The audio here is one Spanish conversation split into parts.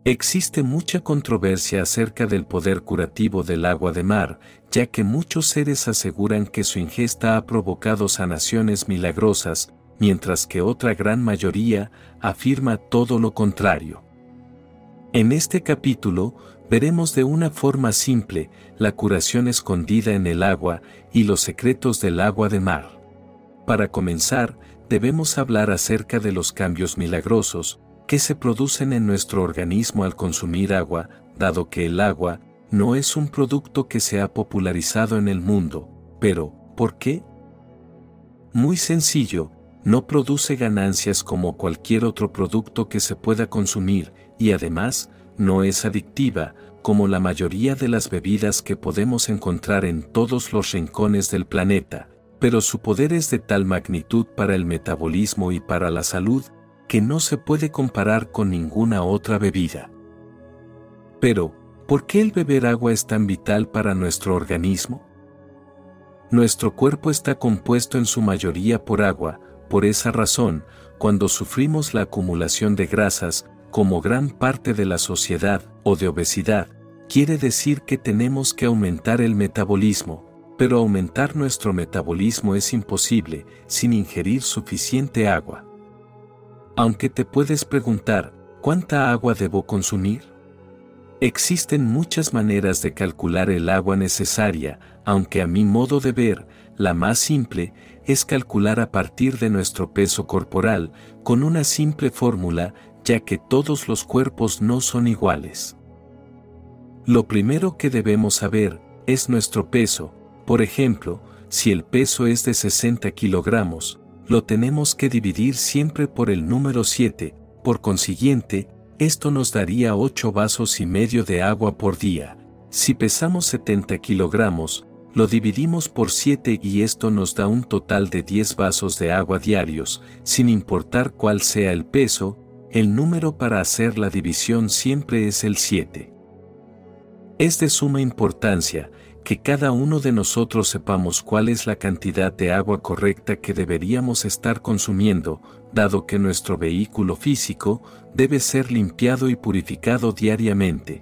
Existe mucha controversia acerca del poder curativo del agua de mar, ya que muchos seres aseguran que su ingesta ha provocado sanaciones milagrosas, mientras que otra gran mayoría afirma todo lo contrario. En este capítulo, veremos de una forma simple la curación escondida en el agua y los secretos del agua de mar. Para comenzar, debemos hablar acerca de los cambios milagrosos que se producen en nuestro organismo al consumir agua, dado que el agua no es un producto que se ha popularizado en el mundo. Pero, ¿por qué? Muy sencillo, no produce ganancias como cualquier otro producto que se pueda consumir, y además, no es adictiva, como la mayoría de las bebidas que podemos encontrar en todos los rincones del planeta, pero su poder es de tal magnitud para el metabolismo y para la salud, que no se puede comparar con ninguna otra bebida. Pero, ¿por qué el beber agua es tan vital para nuestro organismo? Nuestro cuerpo está compuesto en su mayoría por agua, por esa razón, cuando sufrimos la acumulación de grasas, como gran parte de la sociedad, o de obesidad, quiere decir que tenemos que aumentar el metabolismo, pero aumentar nuestro metabolismo es imposible sin ingerir suficiente agua. Aunque te puedes preguntar, ¿cuánta agua debo consumir? Existen muchas maneras de calcular el agua necesaria, aunque a mi modo de ver, la más simple es calcular a partir de nuestro peso corporal, con una simple fórmula, ya que todos los cuerpos no son iguales. Lo primero que debemos saber es nuestro peso. Por ejemplo, si el peso es de 60 kilogramos, lo tenemos que dividir siempre por el número 7, por consiguiente, esto nos daría 8 vasos y medio de agua por día. Si pesamos 70 kilogramos, lo dividimos por 7 y esto nos da un total de 10 vasos de agua diarios, sin importar cuál sea el peso, el número para hacer la división siempre es el 7. Es de suma importancia que cada uno de nosotros sepamos cuál es la cantidad de agua correcta que deberíamos estar consumiendo, dado que nuestro vehículo físico debe ser limpiado y purificado diariamente.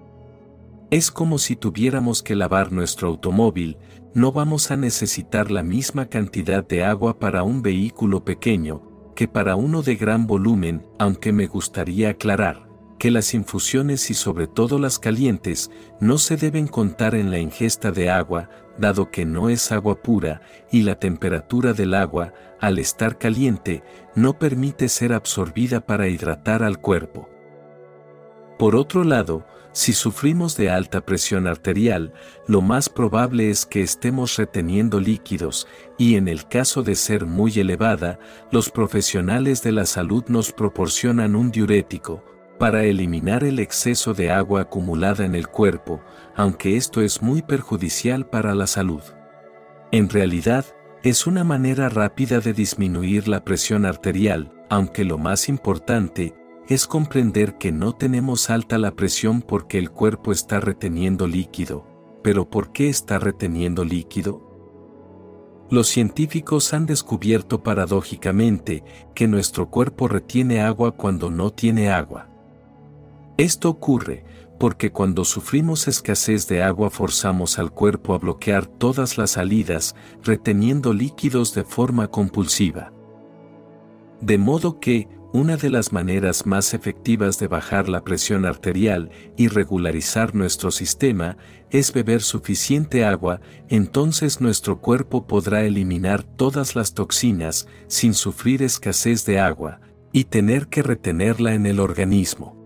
Es como si tuviéramos que lavar nuestro automóvil, no vamos a necesitar la misma cantidad de agua para un vehículo pequeño que para uno de gran volumen, aunque me gustaría aclarar que las infusiones y sobre todo las calientes no se deben contar en la ingesta de agua, dado que no es agua pura, y la temperatura del agua, al estar caliente, no permite ser absorbida para hidratar al cuerpo. Por otro lado, si sufrimos de alta presión arterial, lo más probable es que estemos reteniendo líquidos, y en el caso de ser muy elevada, los profesionales de la salud nos proporcionan un diurético, para eliminar el exceso de agua acumulada en el cuerpo, aunque esto es muy perjudicial para la salud. En realidad, es una manera rápida de disminuir la presión arterial, aunque lo más importante es comprender que no tenemos alta la presión porque el cuerpo está reteniendo líquido. ¿Pero por qué está reteniendo líquido? Los científicos han descubierto paradójicamente que nuestro cuerpo retiene agua cuando no tiene agua. Esto ocurre porque cuando sufrimos escasez de agua forzamos al cuerpo a bloquear todas las salidas, reteniendo líquidos de forma compulsiva. De modo que, una de las maneras más efectivas de bajar la presión arterial y regularizar nuestro sistema es beber suficiente agua, entonces nuestro cuerpo podrá eliminar todas las toxinas sin sufrir escasez de agua y tener que retenerla en el organismo.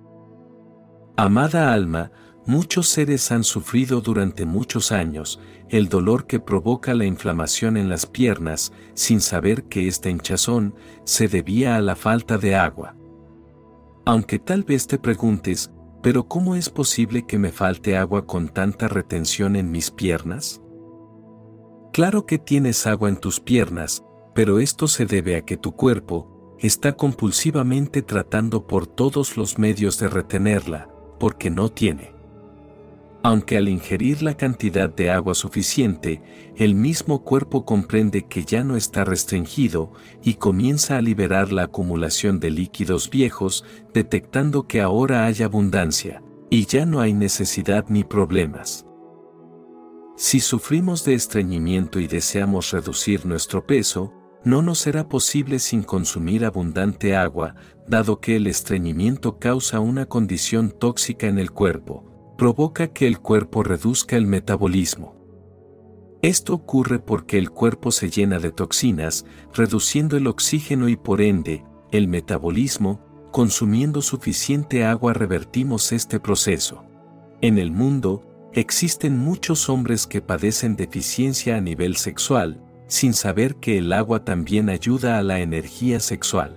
Amada alma, muchos seres han sufrido durante muchos años el dolor que provoca la inflamación en las piernas, sin saber que esta hinchazón se debía a la falta de agua. Aunque tal vez te preguntes, ¿pero cómo es posible que me falte agua con tanta retención en mis piernas? Claro que tienes agua en tus piernas, pero esto se debe a que tu cuerpo está compulsivamente tratando por todos los medios de retenerla, porque no tiene. Aunque al ingerir la cantidad de agua suficiente, el mismo cuerpo comprende que ya no está restringido y comienza a liberar la acumulación de líquidos viejos, detectando que ahora hay abundancia, y ya no hay necesidad ni problemas. Si sufrimos de estreñimiento y deseamos reducir nuestro peso, no nos será posible sin consumir abundante agua, dado que el estreñimiento causa una condición tóxica en el cuerpo. Provoca que el cuerpo reduzca el metabolismo. Esto ocurre porque el cuerpo se llena de toxinas, reduciendo el oxígeno y por ende, el metabolismo. Consumiendo suficiente agua revertimos este proceso. En el mundo, existen muchos hombres que padecen deficiencia a nivel sexual, sin saber que el agua también ayuda a la energía sexual.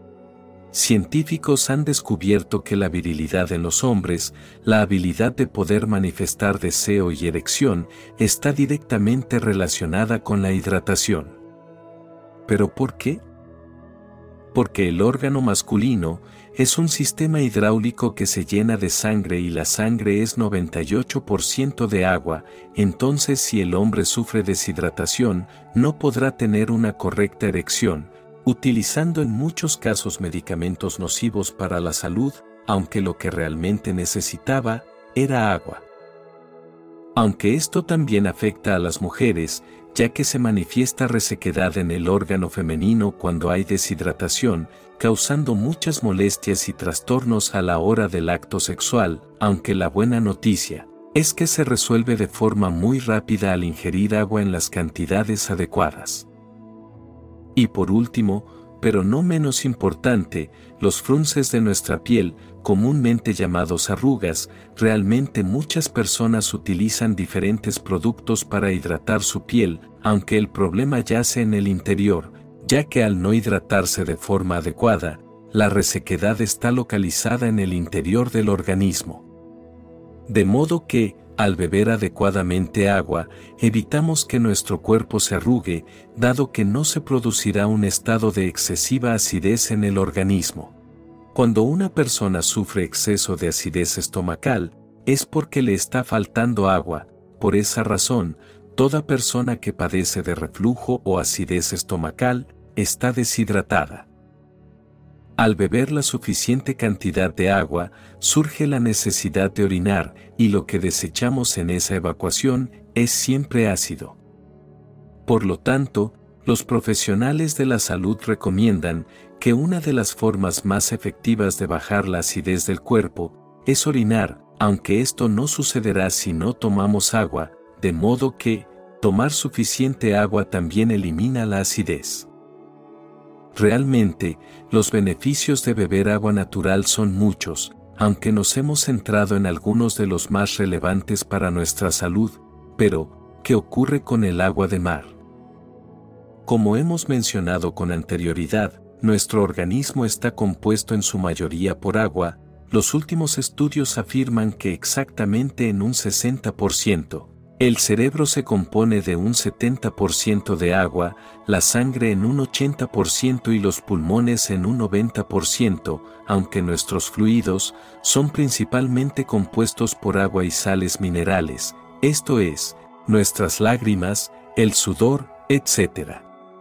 Científicos han descubierto que la virilidad en los hombres, la habilidad de poder manifestar deseo y erección, está directamente relacionada con la hidratación. ¿Pero por qué? Porque el órgano masculino es un sistema hidráulico que se llena de sangre y la sangre es 98% de agua, entonces si el hombre sufre deshidratación, no podrá tener una correcta erección, utilizando en muchos casos medicamentos nocivos para la salud, aunque lo que realmente necesitaba era agua. Aunque esto también afecta a las mujeres, ya que se manifiesta resequedad en el órgano femenino cuando hay deshidratación, causando muchas molestias y trastornos a la hora del acto sexual, aunque la buena noticia es que se resuelve de forma muy rápida al ingerir agua en las cantidades adecuadas. Y por último, pero no menos importante, los frunces de nuestra piel, comúnmente llamados arrugas, realmente muchas personas utilizan diferentes productos para hidratar su piel, aunque el problema yace en el interior, ya que al no hidratarse de forma adecuada, la resequedad está localizada en el interior del organismo. De modo que, al beber adecuadamente agua, evitamos que nuestro cuerpo se arrugue, dado que no se producirá un estado de excesiva acidez en el organismo. Cuando una persona sufre exceso de acidez estomacal, es porque le está faltando agua. Por esa razón, toda persona que padece de reflujo o acidez estomacal está deshidratada. Al beber la suficiente cantidad de agua, surge la necesidad de orinar, y lo que desechamos en esa evacuación es siempre ácido. Por lo tanto, los profesionales de la salud recomiendan que una de las formas más efectivas de bajar la acidez del cuerpo es orinar, aunque esto no sucederá si no tomamos agua, de modo que tomar suficiente agua también elimina la acidez. Realmente, los beneficios de beber agua natural son muchos, aunque nos hemos centrado en algunos de los más relevantes para nuestra salud. Pero, ¿qué ocurre con el agua de mar? Como hemos mencionado con anterioridad, nuestro organismo está compuesto en su mayoría por agua. Los últimos estudios afirman que exactamente en un 60%, el cerebro se compone de un 70% de agua, la sangre en un 80% y los pulmones en un 90%, aunque nuestros fluidos son principalmente compuestos por agua y sales minerales, esto es, nuestras lágrimas, el sudor, etc.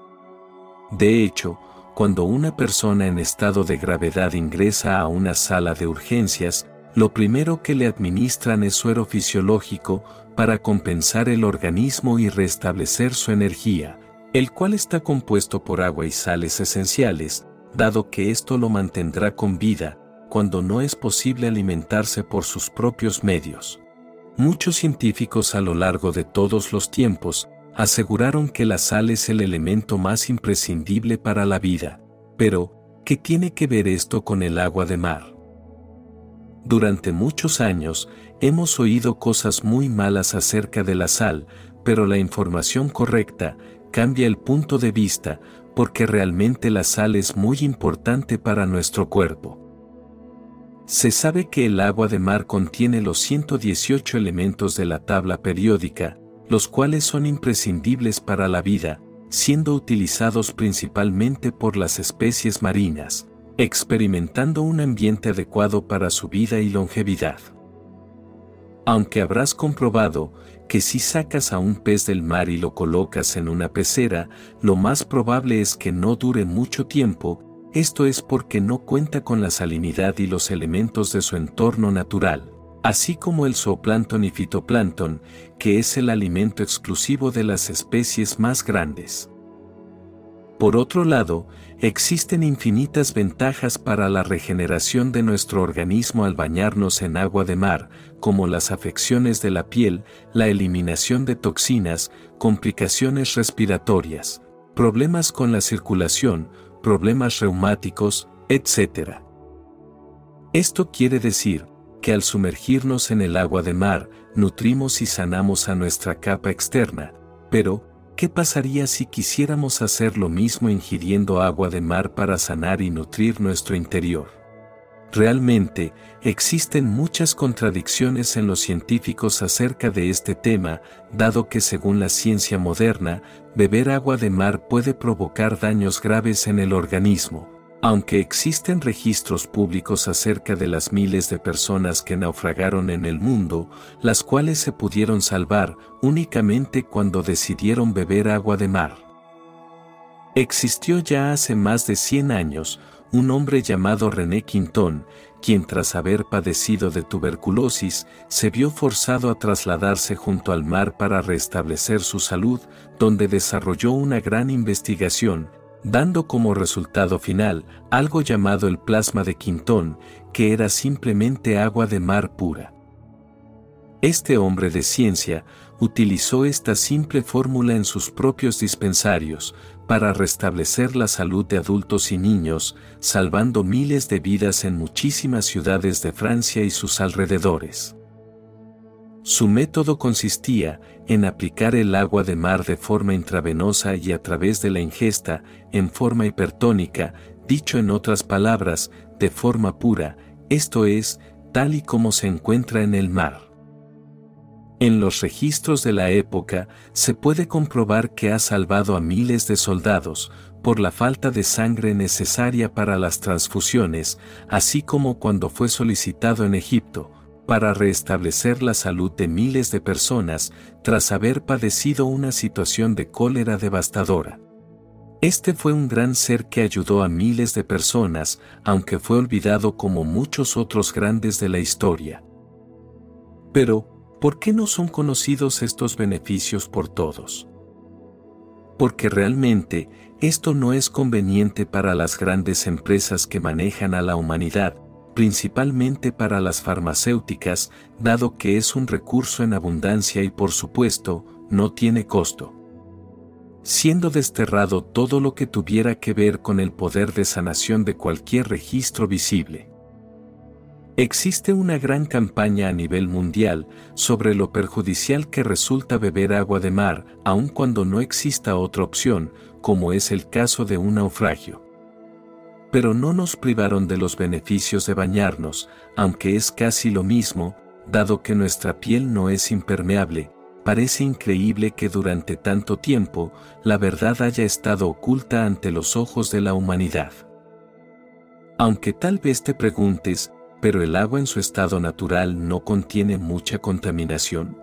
De hecho, cuando una persona en estado de gravedad ingresa a una sala de urgencias, lo primero que le administran es suero fisiológico para compensar el organismo y restablecer su energía, el cual está compuesto por agua y sales esenciales, dado que esto lo mantendrá con vida, cuando no es posible alimentarse por sus propios medios. Muchos científicos a lo largo de todos los tiempos aseguraron que la sal es el elemento más imprescindible para la vida. Pero, ¿qué tiene que ver esto con el agua de mar? Durante muchos años, hemos oído cosas muy malas acerca de la sal, pero la información correcta cambia el punto de vista, porque realmente la sal es muy importante para nuestro cuerpo. Se sabe que el agua de mar contiene los 118 elementos de la tabla periódica, los cuales son imprescindibles para la vida, siendo utilizados principalmente por las especies marinas, experimentando un ambiente adecuado para su vida y longevidad. Aunque habrás comprobado que si sacas a un pez del mar y lo colocas en una pecera, lo más probable es que no dure mucho tiempo. Esto es porque no cuenta con la salinidad y los elementos de su entorno natural, así como el zooplancton y fitoplancton, que es el alimento exclusivo de las especies más grandes. Por otro lado, existen infinitas ventajas para la regeneración de nuestro organismo al bañarnos en agua de mar, como las afecciones de la piel, la eliminación de toxinas, complicaciones respiratorias, problemas con la circulación, problemas reumáticos, etc. Esto quiere decir que al sumergirnos en el agua de mar, nutrimos y sanamos a nuestra capa externa, pero ¿qué pasaría si quisiéramos hacer lo mismo ingiriendo agua de mar para sanar y nutrir nuestro interior? Realmente, existen muchas contradicciones en los científicos acerca de este tema, dado que según la ciencia moderna, beber agua de mar puede provocar daños graves en el organismo. Aunque existen registros públicos acerca de las miles de personas que naufragaron en el mundo, las cuales se pudieron salvar únicamente cuando decidieron beber agua de mar. Existió ya hace más de 100 años, un hombre llamado René Quinton, quien tras haber padecido de tuberculosis, se vio forzado a trasladarse junto al mar para restablecer su salud, donde desarrolló una gran investigación, dando como resultado final algo llamado el plasma de Quinton, que era simplemente agua de mar pura. Este hombre de ciencia utilizó esta simple fórmula en sus propios dispensarios para restablecer la salud de adultos y niños, salvando miles de vidas en muchísimas ciudades de Francia y sus alrededores. Su método consistía en aplicar el agua de mar de forma intravenosa y a través de la ingesta, en forma hipertónica, dicho en otras palabras, de forma pura, esto es, tal y como se encuentra en el mar. En los registros de la época, se puede comprobar que ha salvado a miles de soldados, por la falta de sangre necesaria para las transfusiones, así como cuando fue solicitado en Egipto, para restablecer la salud de miles de personas tras haber padecido una situación de cólera devastadora. Este fue un gran ser que ayudó a miles de personas, aunque fue olvidado como muchos otros grandes de la historia. Pero, ¿por qué no son conocidos estos beneficios por todos? Porque realmente, esto no es conveniente para las grandes empresas que manejan a la humanidad, principalmente para las farmacéuticas, dado que es un recurso en abundancia y por supuesto, no tiene costo. Siendo desterrado todo lo que tuviera que ver con el poder de sanación de cualquier registro visible. Existe una gran campaña a nivel mundial sobre lo perjudicial que resulta beber agua de mar, aun cuando no exista otra opción, como es el caso de un naufragio. Pero no nos privaron de los beneficios de bañarnos, aunque es casi lo mismo, dado que nuestra piel no es impermeable. Parece increíble que durante tanto tiempo, la verdad haya estado oculta ante los ojos de la humanidad. Aunque tal vez te preguntes, ¿pero el agua en su estado natural no contiene mucha contaminación?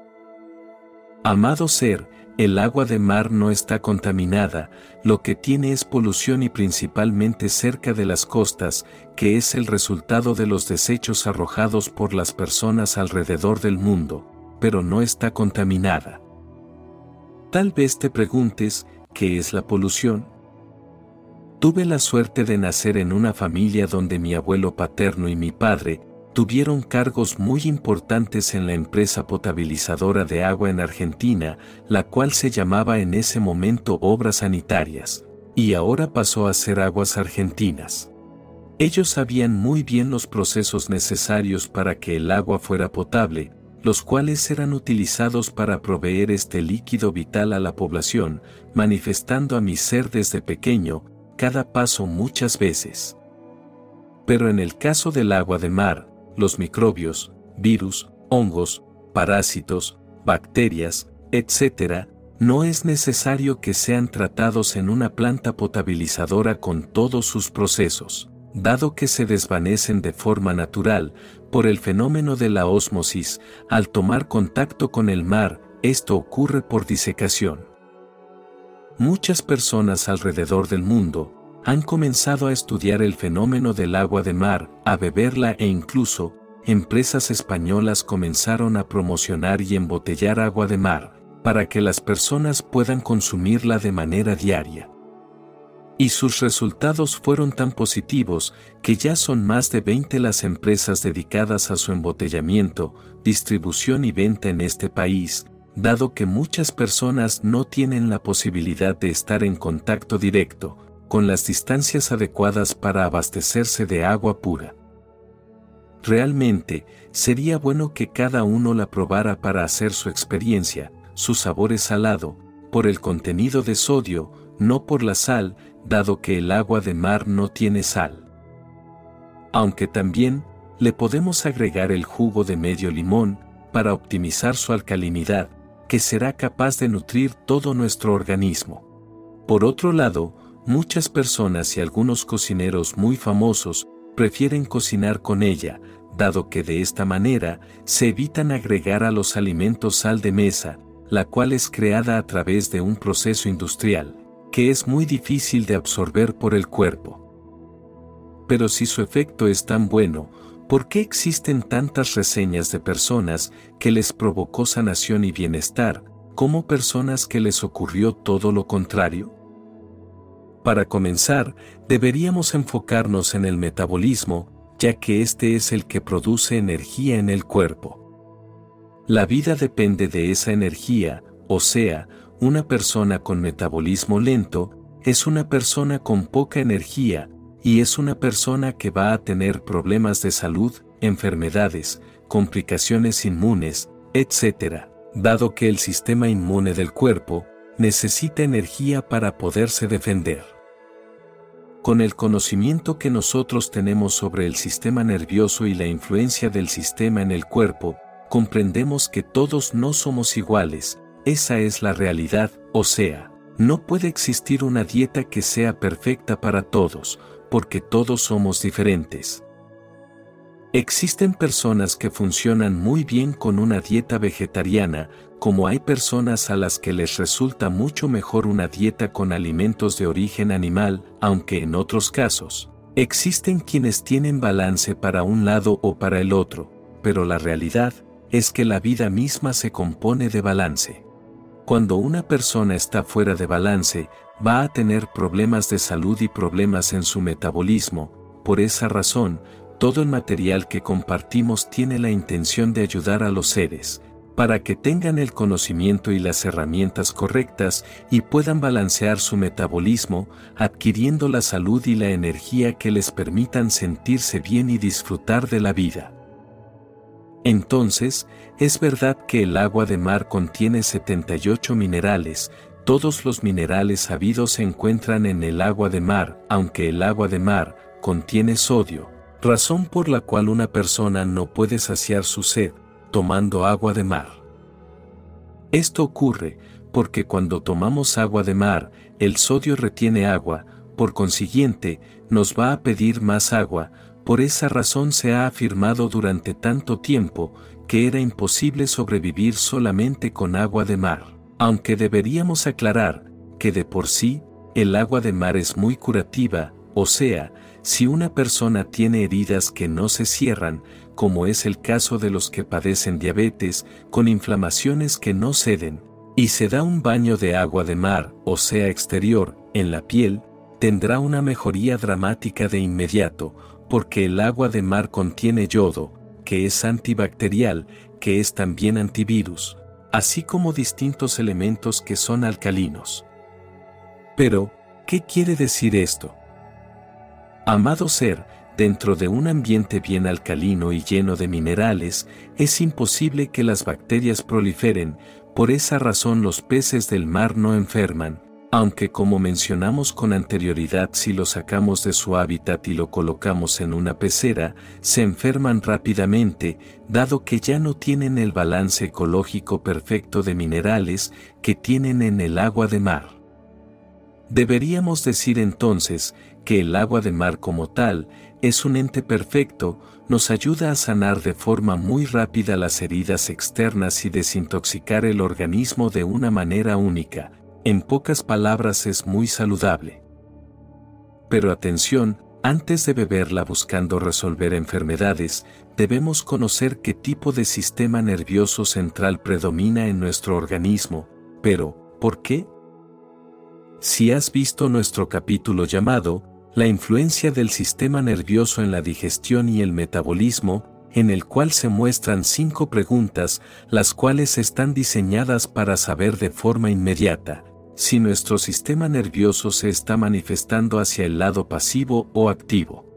Amado ser, el agua de mar no está contaminada, lo que tiene es polución y principalmente cerca de las costas, que es el resultado de los desechos arrojados por las personas alrededor del mundo, pero no está contaminada. Tal vez te preguntes, ¿qué es la polución? Tuve la suerte de nacer en una familia donde mi abuelo paterno y mi padre tuvieron cargos muy importantes en la empresa potabilizadora de agua en Argentina, la cual se llamaba en ese momento Obras Sanitarias, y ahora pasó a ser Aguas Argentinas. Ellos sabían muy bien los procesos necesarios para que el agua fuera potable, los cuales eran utilizados para proveer este líquido vital a la población, manifestando a mi ser desde pequeño, cada paso muchas veces. Pero en el caso del agua de mar, los microbios, virus, hongos, parásitos, bacterias, etc., no es necesario que sean tratados en una planta potabilizadora con todos sus procesos, dado que se desvanecen de forma natural por el fenómeno de la ósmosis. Al tomar contacto con el mar, esto ocurre por disecación. Muchas personas alrededor del mundo han comenzado a estudiar el fenómeno del agua de mar, a beberla e incluso, empresas españolas comenzaron a promocionar y embotellar agua de mar, para que las personas puedan consumirla de manera diaria. Y sus resultados fueron tan positivos que ya son más de 20 las empresas dedicadas a su embotellamiento, distribución y venta en este país, dado que muchas personas no tienen la posibilidad de estar en contacto directo con las distancias adecuadas para abastecerse de agua pura. Realmente, sería bueno que cada uno la probara para hacer su experiencia. Su sabor es salado, por el contenido de sodio, no por la sal, dado que el agua de mar no tiene sal. Aunque también, le podemos agregar el jugo de medio limón, para optimizar su alcalinidad, que será capaz de nutrir todo nuestro organismo. Por otro lado, muchas personas y algunos cocineros muy famosos prefieren cocinar con ella, dado que de esta manera se evitan agregar a los alimentos sal de mesa, la cual es creada a través de un proceso industrial, que es muy difícil de absorber por el cuerpo. Pero si su efecto es tan bueno, ¿por qué existen tantas reseñas de personas que les provocó sanación y bienestar, como personas que les ocurrió todo lo contrario? Para comenzar, deberíamos enfocarnos en el metabolismo, ya que este es el que produce energía en el cuerpo. La vida depende de esa energía, o sea, una persona con metabolismo lento es una persona con poca energía, y es una persona que va a tener problemas de salud, enfermedades, complicaciones inmunes, etc., dado que el sistema inmune del cuerpo necesita energía para poderse defender. Con el conocimiento que nosotros tenemos sobre el sistema nervioso y la influencia del sistema en el cuerpo, comprendemos que todos no somos iguales. Esa es la realidad, o sea, no puede existir una dieta que sea perfecta para todos, porque todos somos diferentes. Existen personas que funcionan muy bien con una dieta vegetariana, como hay personas a las que les resulta mucho mejor una dieta con alimentos de origen animal, aunque en otros casos, existen quienes tienen balance para un lado o para el otro, pero la realidad es que la vida misma se compone de balance. Cuando una persona está fuera de balance, va a tener problemas de salud y problemas en su metabolismo. Por esa razón, todo el material que compartimos tiene la intención de ayudar a los seres, para que tengan el conocimiento y las herramientas correctas y puedan balancear su metabolismo, adquiriendo la salud y la energía que les permitan sentirse bien y disfrutar de la vida. Entonces, es verdad que el agua de mar contiene 78 minerales, todos los minerales habidos se encuentran en el agua de mar, aunque el agua de mar contiene sodio, razón por la cual una persona no puede saciar su sed tomando agua de mar. Esto ocurre porque cuando tomamos agua de mar, el sodio retiene agua, por consiguiente, nos va a pedir más agua. Por esa razón se ha afirmado durante tanto tiempo que era imposible sobrevivir solamente con agua de mar, aunque deberíamos aclarar que de por sí, el agua de mar es muy curativa, o sea, si una persona tiene heridas que no se cierran, como es el caso de los que padecen diabetes, con inflamaciones que no ceden, y se da un baño de agua de mar, o sea exterior, en la piel, tendrá una mejoría dramática de inmediato, porque el agua de mar contiene yodo, que es antibacterial, que es también antivirus, así como distintos elementos que son alcalinos. Pero, ¿qué quiere decir esto? Amado ser, dentro de un ambiente bien alcalino y lleno de minerales, es imposible que las bacterias proliferen. Por esa razón los peces del mar no enferman, aunque como mencionamos con anterioridad, si lo sacamos de su hábitat y lo colocamos en una pecera, se enferman rápidamente, dado que ya no tienen el balance ecológico perfecto de minerales que tienen en el agua de mar. Deberíamos decir entonces que el agua de mar como tal es un ente perfecto, nos ayuda a sanar de forma muy rápida las heridas externas y desintoxicar el organismo de una manera única. En pocas palabras, es muy saludable. Pero atención, antes de beberla buscando resolver enfermedades, debemos conocer qué tipo de sistema nervioso central predomina en nuestro organismo. Pero, ¿por qué? Si has visto nuestro capítulo llamado La influencia del sistema nervioso en la digestión y el metabolismo, en el cual se muestran 5 preguntas, las cuales están diseñadas para saber de forma inmediata si nuestro sistema nervioso se está manifestando hacia el lado pasivo o activo.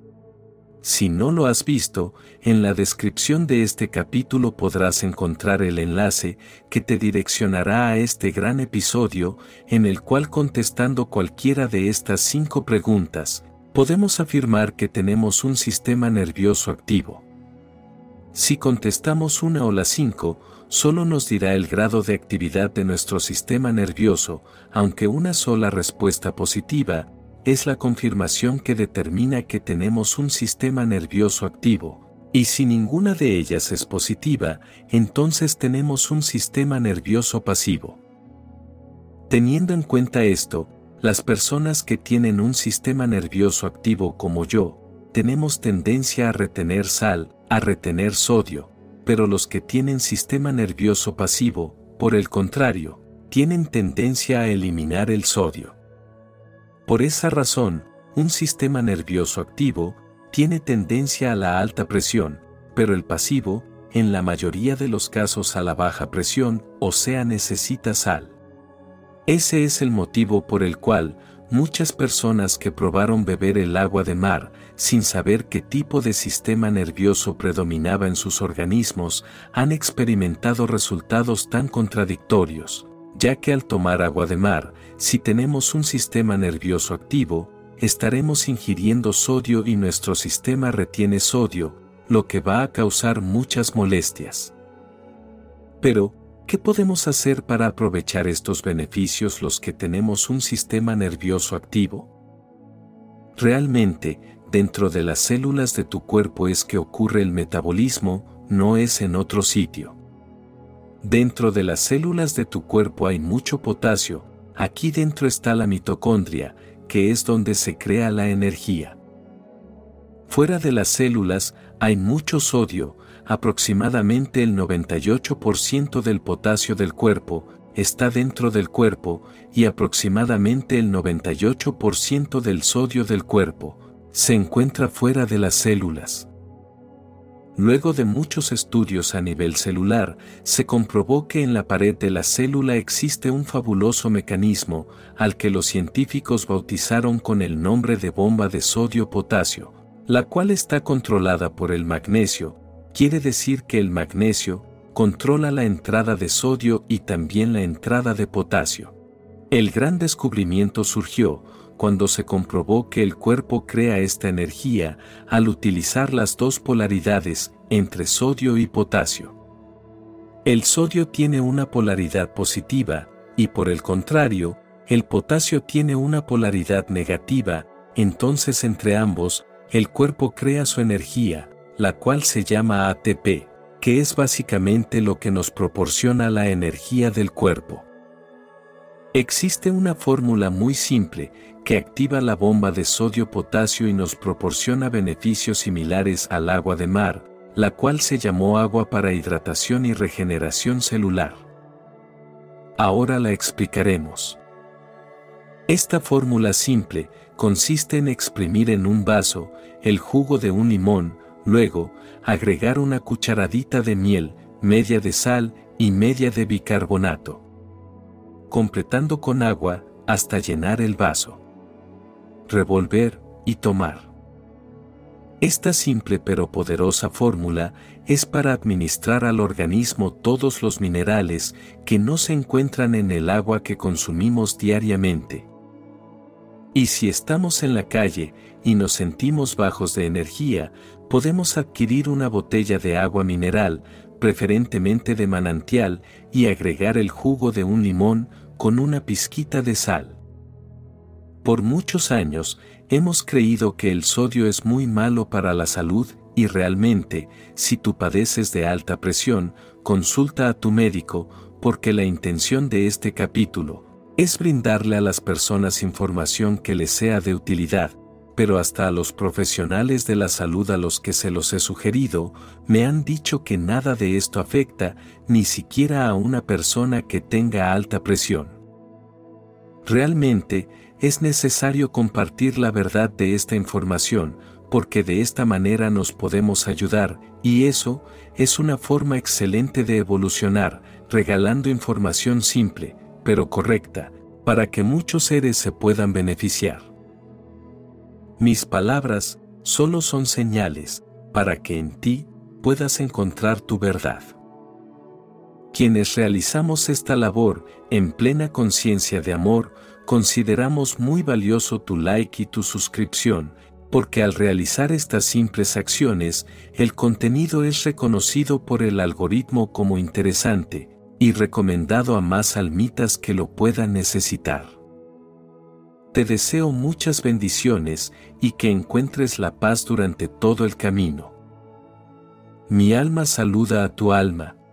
Si no lo has visto, en la descripción de este capítulo podrás encontrar el enlace que te direccionará a este gran episodio, en el cual, contestando cualquiera de estas 5 preguntas, podemos afirmar que tenemos un sistema nervioso activo. Si contestamos una o las 5, solo nos dirá el grado de actividad de nuestro sistema nervioso, aunque una sola respuesta positiva es la confirmación que determina que tenemos un sistema nervioso activo, y si ninguna de ellas es positiva, entonces tenemos un sistema nervioso pasivo. Teniendo en cuenta esto, las personas que tienen un sistema nervioso activo como yo, tenemos tendencia a retener sal, a retener sodio, pero los que tienen sistema nervioso pasivo, por el contrario, tienen tendencia a eliminar el sodio. Por esa razón, un sistema nervioso activo tiene tendencia a la alta presión, pero el pasivo, en la mayoría de los casos, a la baja presión, o sea, necesita sal. Ese es el motivo por el cual muchas personas que probaron beber el agua de mar, sin saber qué tipo de sistema nervioso predominaba en sus organismos, han experimentado resultados tan contradictorios, ya que al tomar agua de mar, si tenemos un sistema nervioso activo, estaremos ingiriendo sodio y nuestro sistema retiene sodio, lo que va a causar muchas molestias. Pero, ¿qué podemos hacer para aprovechar estos beneficios los que tenemos un sistema nervioso activo? Realmente, dentro de las células de tu cuerpo es que ocurre el metabolismo, no es en otro sitio. Dentro de las células de tu cuerpo hay mucho potasio, aquí dentro está la mitocondria, que es donde se crea la energía. Fuera de las células hay mucho sodio, aproximadamente el 98% del potasio del cuerpo está dentro del cuerpo y aproximadamente el 98% del sodio del cuerpo se encuentra fuera de las células. Luego de muchos estudios a nivel celular, se comprobó que en la pared de la célula existe un fabuloso mecanismo al que los científicos bautizaron con el nombre de bomba de sodio-potasio, la cual está controlada por el magnesio. Quiere decir que el magnesio controla la entrada de sodio y también la entrada de potasio. El gran descubrimiento surgió cuando se comprobó que el cuerpo crea esta energía al utilizar las dos polaridades entre sodio y potasio. El sodio tiene una polaridad positiva y, por el contrario, el potasio tiene una polaridad negativa, entonces entre ambos, el cuerpo crea su energía, la cual se llama ATP, que es básicamente lo que nos proporciona la energía del cuerpo. Existe una fórmula muy simple que activa la bomba de sodio-potasio y nos proporciona beneficios similares al agua de mar, la cual se llamó agua para hidratación y regeneración celular. Ahora la explicaremos. Esta fórmula simple consiste en exprimir en un vaso el jugo de un limón, luego agregar una cucharadita de miel, media de sal y media de bicarbonato, completando con agua hasta llenar el vaso. Revolver y tomar. Esta simple pero poderosa fórmula es para administrar al organismo todos los minerales que no se encuentran en el agua que consumimos diariamente. Y si estamos en la calle y nos sentimos bajos de energía, podemos adquirir una botella de agua mineral, preferentemente de manantial, y agregar el jugo de un limón con una pizquita de sal. Por muchos años, hemos creído que el sodio es muy malo para la salud y realmente, si tú padeces de alta presión, consulta a tu médico, porque la intención de este capítulo es brindarle a las personas información que les sea de utilidad, pero hasta a los profesionales de la salud a los que se los he sugerido, me han dicho que nada de esto afecta, ni siquiera a una persona que tenga alta presión. Realmente, es necesario compartir la verdad de esta información, porque de esta manera nos podemos ayudar, y eso es una forma excelente de evolucionar, regalando información simple, pero correcta, para que muchos seres se puedan beneficiar. Mis palabras solo son señales, para que en ti puedas encontrar tu verdad. Quienes realizamos esta labor en plena conciencia de amor, consideramos muy valioso tu like y tu suscripción, porque al realizar estas simples acciones, el contenido es reconocido por el algoritmo como interesante y recomendado a más almitas que lo puedan necesitar. Te deseo muchas bendiciones y que encuentres la paz durante todo el camino. Mi alma saluda a tu alma,